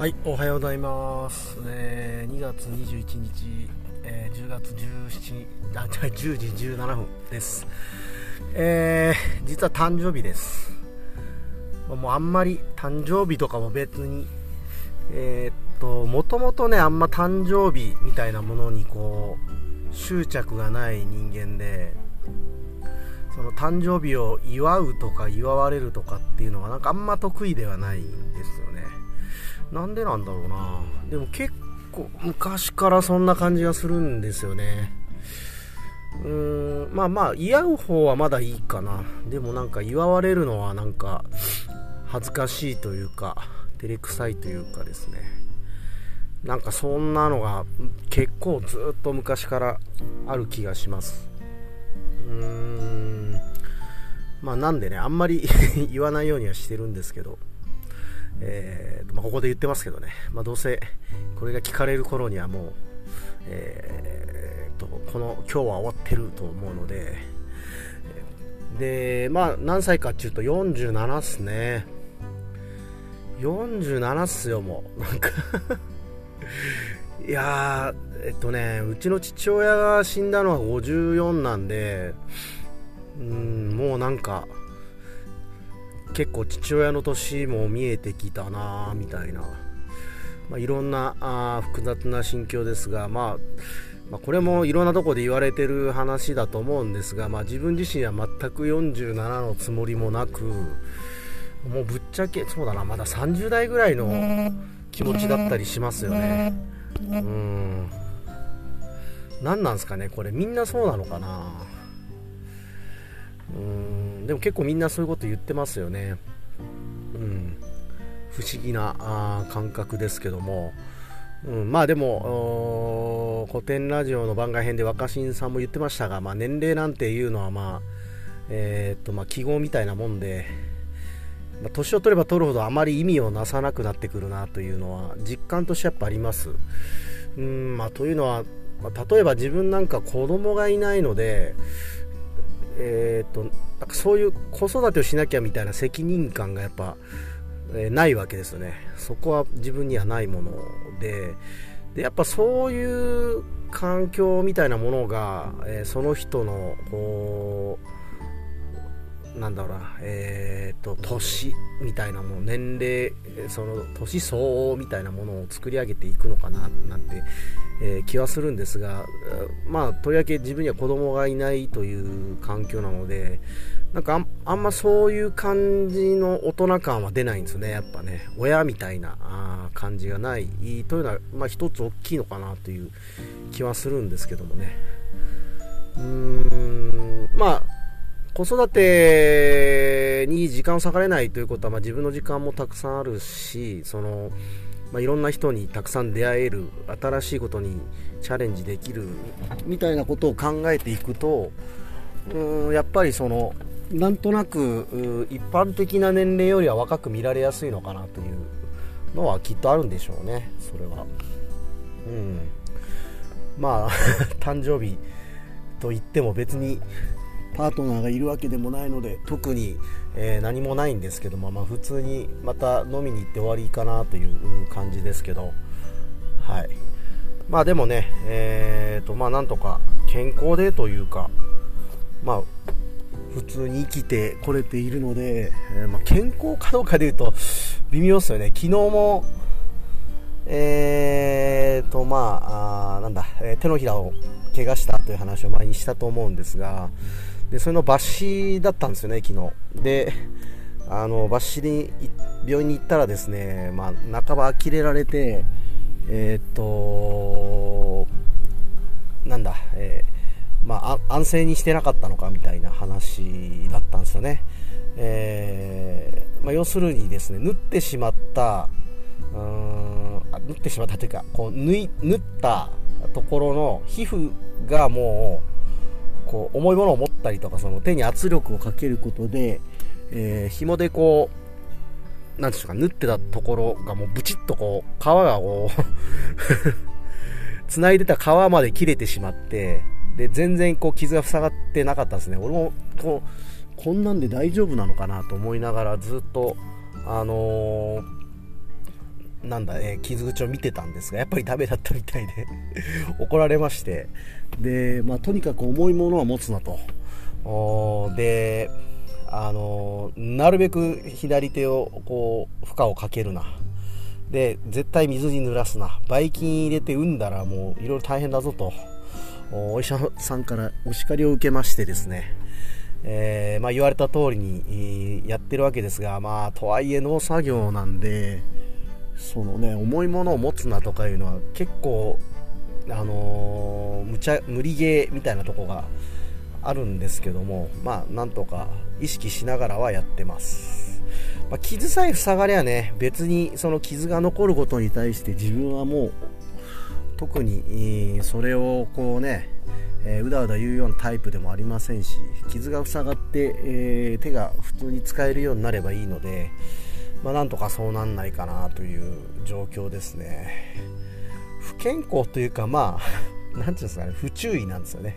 はい、おはようございます。2月21日、10月10時17分です。実は誕生日です。もうあんまり誕生日とかも別に、もともとね、あんま誕生日みたいなものにこう執着がない人間で、その誕生日を祝うとか祝われるとかっていうのはなんかあんま得意ではないんですよね。なんでなんだろうな。でも結構昔からそんな感じがするんですよね。まあ祝う方はまだいいかな。でもなんか祝われるのはなんか恥ずかしいというか照れくさいというかですね、なんかそんなのが結構ずっと昔からある気がします。なんでね、あんまり言わないようにはしてるんですけど、ここで言ってますけどね、どうせこれが聞かれる頃にはもう、この今日は終わってると思うので、何歳かっていうと47っすね。47っすよ、もうなんかいやー、うちの父親が死んだのは54なんで、もうなんか結構父親の年も見えてきたなみたいな、いろんな複雑な心境ですが、これもいろんなとこで言われてる話だと思うんですが、自分自身は全く47のつもりもなく、もうぶっちゃけそうだな、まだ30代ぐらいの気持ちだったりしますよね。何なんですかね、これみんなそうなのかな。でも結構みんなそういうこと言ってますよね。不思議な感覚ですけども、でも古典ラジオの番外編で若新さんも言ってましたが、年齢なんていうのは記号みたいなもんで、年を取れば取るほどあまり意味をなさなくなってくるなというのは実感としてやっぱあります。というのは、例えば自分なんか子供がいないので、なんかそういう子育てをしなきゃみたいな責任感がやっぱ、ないわけですよね。そこは自分にはないもので、やっぱそういう環境みたいなものが、その人のこうなんだろうな、年みたいなもの、年齢、その年相応みたいなものを作り上げていくのかななんて、気はするんですが、とりわけ自分には子供がいないという環境なので、なんかあんまそういう感じの大人感は出ないんですよね。やっぱね、親みたいな感じがないというのは、一つ大きいのかなという気はするんですけどもね。子育てに時間を割かれないということは、自分の時間もたくさんあるし、いろんな人にたくさん出会える、新しいことにチャレンジできるみたいなことを考えていくと、やっぱりなんとなく一般的な年齢よりは若く見られやすいのかなというのはきっとあるんでしょうね、それは。誕生日といっても別にパートナーがいるわけでもないので、特に、何もないんですけども、普通にまた飲みに行って終わりかなという感じですけど、はい。でもね、なんとか健康でというか、普通に生きてこれているので、健康かどうかでいうと微妙ですよね。昨日も手のひらを怪我したという話を前にしたと思うんですが、でそれの抜歯だったんですよね、昨日で。抜歯に病院に行ったらですね、半ば呆れられて、安静にしてなかったのかみたいな話だったんですよね。要するにですね、縫ってしまったというか、縫ったところの皮膚がもう重いものを持ったりとか、手に圧力をかけることで、紐でなんでしょうか、縫ってたところがもうブチッと皮が繋いでた皮まで切れてしまって、で全然傷が塞がってなかったんですね。俺もこんなんで大丈夫なのかなと思いながらずっと傷口を見てたんですが、やっぱりダメだったみたいで怒られまして、で、とにかく重いものは持つなと。で、なるべく左手をこう負荷をかけるな、で絶対水に濡らすな、ばい菌入れて産んだらもういろいろ大変だぞとお医者さんからお叱りを受けましてですね、言われた通りにやってるわけですが、とはいえ農作業なんで、そのね、重いものを持つなとかいうのは結構無理ゲーみたいなとこがあるんですけども、なんとか意識しながらはやってます。傷さえ塞がりゃね、別にその傷が残ることに対して自分はもう特にそれをこうね、うだうだ言うようなタイプでもありませんし、傷が塞がって、手が普通に使えるようになればいいので、なんとかそうなんないかなという状況ですね。不健康というか、なんていうんですかね、不注意なんですよね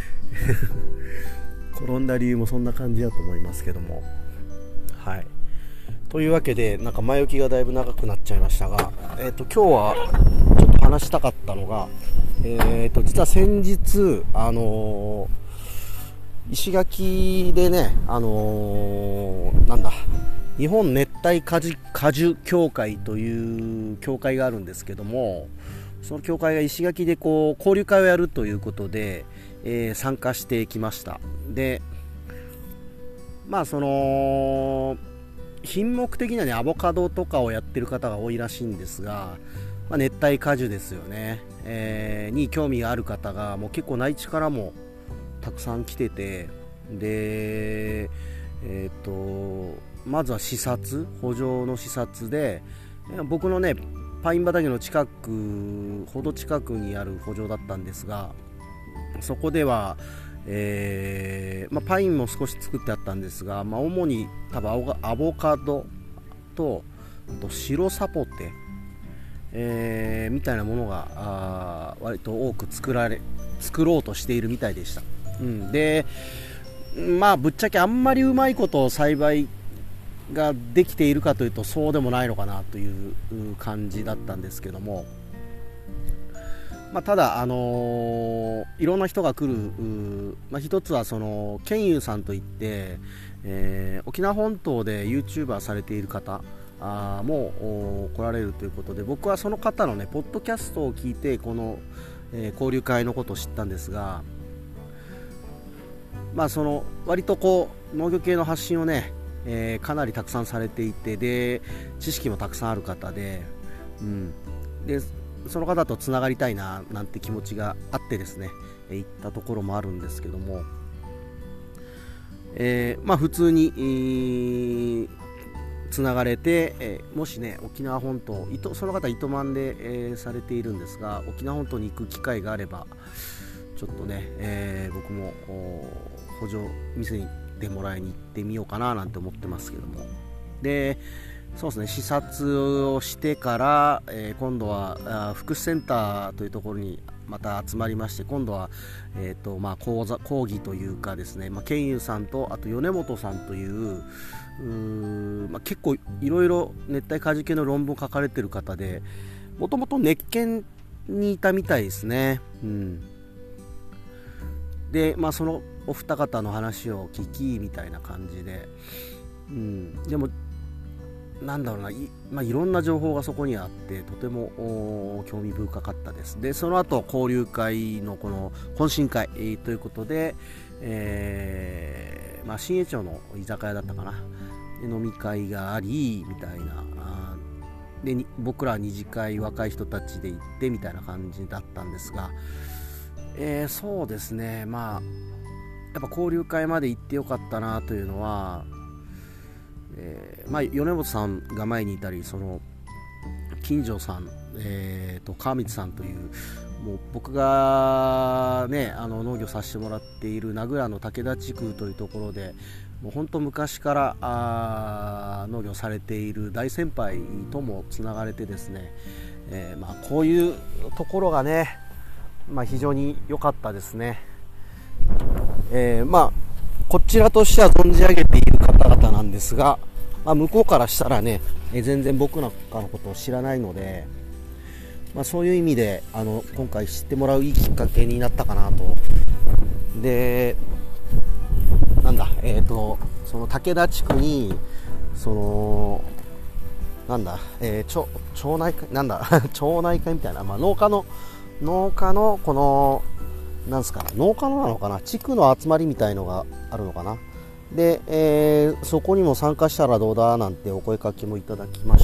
転んだ理由もそんな感じだと思いますけども、はい。というわけで、前置きがだいぶ長くなっちゃいましたが、今日はちょっと話したかったのが、実は先日石垣でね、日本熱帯果樹協会という協会があるんですけども、その協会が石垣でこう交流会をやるということで、参加してきました。で、その品目的にはね、アボカドとかをやってる方が多いらしいんですが、熱帯果樹ですよね、に興味がある方がもう結構内地からもたくさん来てて、で、まずは視察、圃場の視察で、僕のねパイン畑のほど近くにある圃場だったんですが、そこでは、パインも少し作ってあったんですが、主に多分アボカドと白サポテ、みたいなものが割と多く作ろうとしているみたいでした。で、ぶっちゃけあんまりうまいこと栽培ができているかというとそうでもないのかなという感じだったんですけども、ただ、いろんな人が来る、一つはそのケンユーさんといって、沖縄本島で YouTuber されている方も来られるということで、僕はその方のねポッドキャストを聞いてこの、交流会のことを知ったんですが、その割とこう農業系の発信をね、かなりたくさんされていて、で知識もたくさんある方で、でその方とつながりたいななんて気持ちがあってですね、行ったところもあるんですけども、普通に、つながれて、もしね沖縄本島、その方糸満で、されているんですが、沖縄本島に行く機会があればちょっとね、僕も圃場店に行ってもらいに行ってみようかななんて思ってますけども、でそうですね、視察をしてから、今度は福祉センターというところにまた集まりまして、今度は、講義というかですね、ケンユーさんとあと米本さんという結構いろいろ熱帯果樹系の論文を書かれている方で、もともと熱研にいたみたいですね。で、そのお二方の話を聞きみたいな感じで、でもいろんな情報がそこにあってとても興味深かったです。でその後交流会のこの懇親会、ということで、新栄町の居酒屋だったかな、飲み会がありみたいな、で僕ら二次会若い人たちで行ってみたいな感じだったんですが、そうですね、やっぱ交流会まで行ってよかったなというのは、米本さんが前にいたり、その金城さん、と川光さんという、もう僕がね農業させてもらっている名倉の武田地区というところで、もう本当昔から農業されている大先輩ともつながれてですね、こういうところがね、非常に良かったですね。こちらとしては存じ上げている方々なんですが、 向こうからしたらね、全然僕なんかのことを知らないので、そういう意味で今回知ってもらういいきっかけになったかなと。で、なんだ、その武田地区にそのなんだ、町内会なんだ町内会みたいな、農家のこのなんすかね、農家のなのかな、地区の集まりみたいのがあるのかな。で、そこにも参加したらどうだなんてお声かけもいただきまして、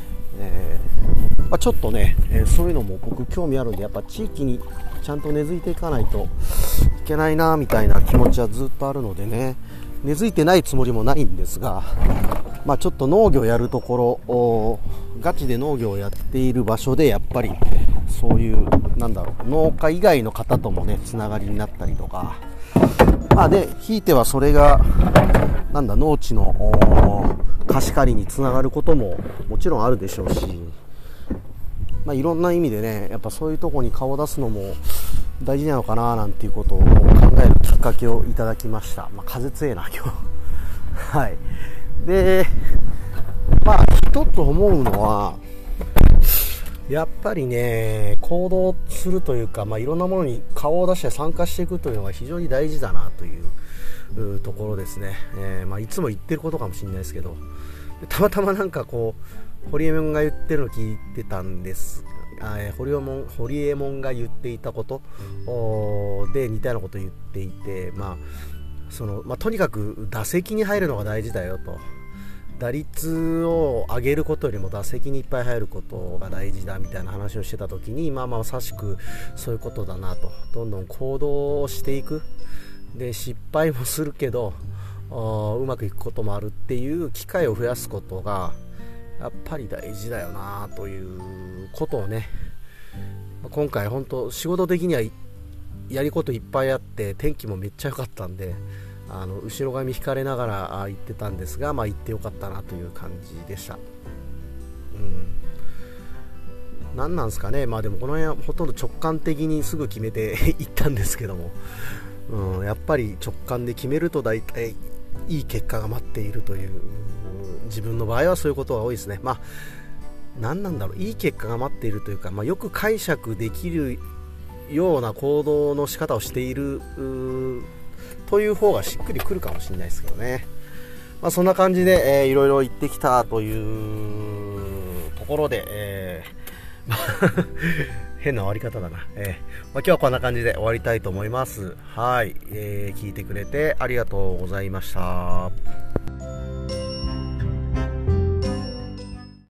ちょっとね、そういうのも僕興味あるんで、やっぱ地域にちゃんと根付いていかないといけないなみたいな気持ちはずっとあるのでね、根付いてないつもりもないんですが、ちょっと農業やるところ、ガチで農業をやっている場所でやっぱりそういう農家以外の方ともねつながりになったりとか、でひいてはそれが農地の貸し借りにつながることももちろんあるでしょうし、いろんな意味でね、やっぱそういうとこに顔を出すのも大事なのかななんていうことを考えるきっかけをいただきました。風強いな今日はい。で、一つ思うのはやっぱりね、行動するというか、いろんなものに顔を出して参加していくというのが非常に大事だなというところですね。いつも言ってることかもしれないですけど、たまたま堀江門が言ってるのを聞いてたんです。堀江門が言っていたことで似たようなことを言っていて、とにかく打席に入るのが大事だよと。打率を上げることよりも打席にいっぱい入ることが大事だみたいな話をしてた時に、まさしくそういうことだなと。どんどん行動をしていく。で、失敗もするけどうまくいくこともあるっていう機会を増やすことがやっぱり大事だよなということをね、今回本当仕事的にはやることいっぱいあって天気もめっちゃ良かったんで、後ろ髪引かれながら行ってたんですが、行ってよかったなという感じでした。何なんですかね。でもこの辺はほとんど直感的にすぐ決めて行ったんですけども、やっぱり直感で決めると大体いい結果が待っているという、自分の場合はそういうことが多いですね。いい結果が待っているというか、よく解釈できるような行動の仕方をしているという方がしっくりくるかもしれないですけどね。そんな感じで、いろいろ言ってきたというところで、変な終わり方だな。今日はこんな感じで終わりたいと思います。はい、聞いてくれてありがとうございました。